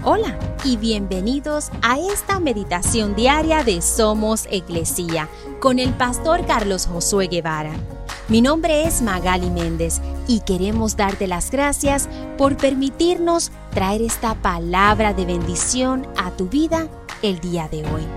Hola y bienvenidos a esta meditación diaria de Somos Iglesia con el pastor Carlos Josué Guevara. Mi nombre es Magali Méndez y queremos darte las gracias por permitirnos traer esta palabra de bendición a tu vida el día de hoy.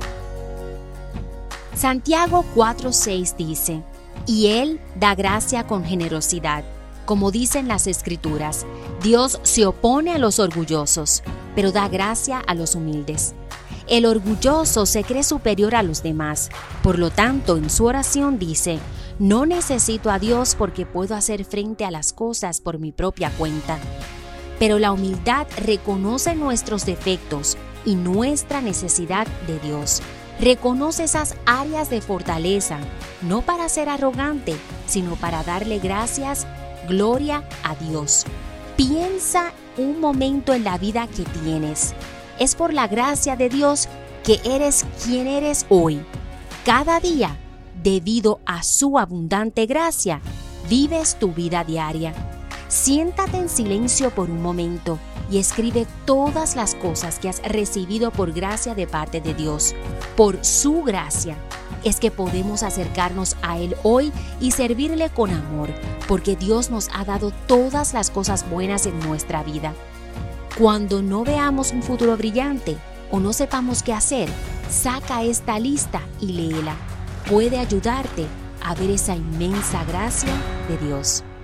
Santiago 4:6 dice: y Él da gracia con generosidad. Como dicen las Escrituras, Dios se opone a los orgullosos, pero da gracia a los humildes. El orgulloso se cree superior a los demás. Por lo tanto, en su oración dice: no necesito a Dios porque puedo hacer frente a las cosas por mi propia cuenta. Pero la humildad reconoce nuestros defectos y nuestra necesidad de Dios. Reconoce esas áreas de fortaleza, no para ser arrogante, sino para darle gloria a Dios. Piensa un momento en la vida que tienes. Es por la gracia de Dios que eres quien eres hoy. Cada día, debido a su abundante gracia, vives tu vida diaria. Siéntate en silencio por un momento y escribe todas las cosas que has recibido por gracia de parte de Dios. Por su gracia es que podemos acercarnos a Él hoy y servirle con amor, porque Dios nos ha dado todas las cosas buenas en nuestra vida. Cuando no veamos un futuro brillante o no sepamos qué hacer, saca esta lista y léela. Puede ayudarte a ver esa inmensa gracia de Dios.